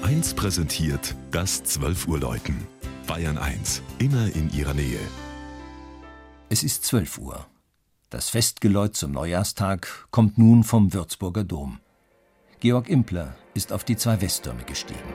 1 präsentiert das 12 Uhr Läuten. Bayern 1, immer in ihrer Nähe. Es ist 12 Uhr. Das Festgeläut zum Neujahrstag kommt nun vom Würzburger Dom. Georg Impler ist auf die 2 Westtürme gestiegen.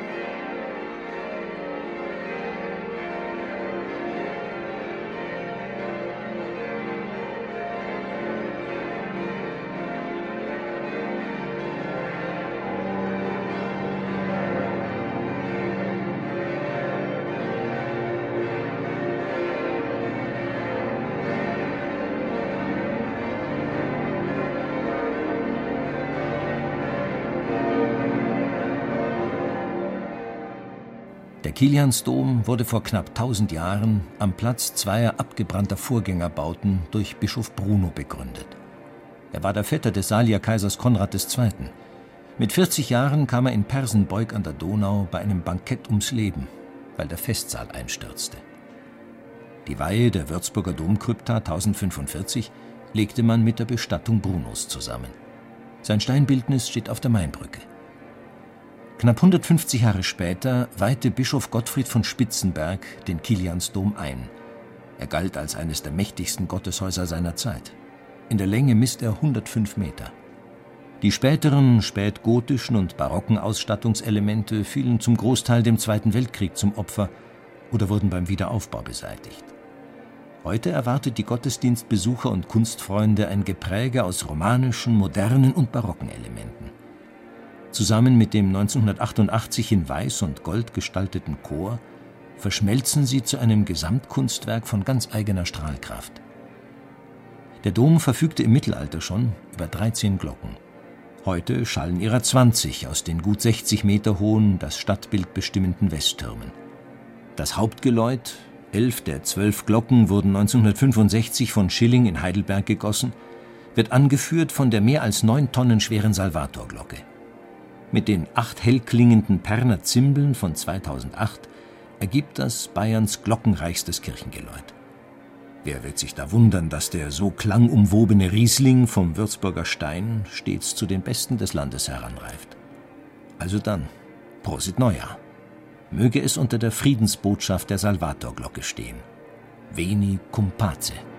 Der Kiliansdom wurde vor knapp 1000 Jahren am Platz 2 abgebrannter Vorgängerbauten durch Bischof Bruno begründet. Er war der Vetter des Salierkaisers Konrad II. Mit 40 Jahren kam er in Persenbeug an der Donau bei einem Bankett ums Leben, weil der Festsaal einstürzte. Die Weihe der Würzburger Domkrypta 1045 legte man mit der Bestattung Brunos zusammen. Sein Steinbildnis steht auf der Mainbrücke. Knapp 150 Jahre später weihte Bischof Gottfried von Spitzenberg den Kiliansdom ein. Er galt als eines der mächtigsten Gotteshäuser seiner Zeit. In der Länge misst er 105 Meter. Die späteren spätgotischen und barocken Ausstattungselemente fielen zum Großteil dem Zweiten Weltkrieg zum Opfer oder wurden beim Wiederaufbau beseitigt. Heute erwartet die Gottesdienstbesucher und Kunstfreunde ein Gepräge aus romanischen, modernen und barocken Elementen. Zusammen mit dem 1988 in Weiß und Gold gestalteten Chor verschmelzen sie zu einem Gesamtkunstwerk von ganz eigener Strahlkraft. Der Dom verfügte im Mittelalter schon über 13 Glocken. Heute schallen ihrer 20 aus den gut 60 Meter hohen, das Stadtbild bestimmenden Westtürmen. Das Hauptgeläut, 11 der 12 Glocken wurden 1965 von Schilling in Heidelberg gegossen, wird angeführt von der mehr als 9 Tonnen schweren Salvatorglocke. Mit den 8 hellklingenden Perner Zimbeln von 2008 ergibt das Bayerns glockenreichstes Kirchengeläut. Wer wird sich da wundern, dass der so klangumwobene Riesling vom Würzburger Stein stets zu den Besten des Landes heranreift. Also dann, Prosit Neujahr. Möge es unter der Friedensbotschaft der Salvatorglocke stehen. Veni cum pace.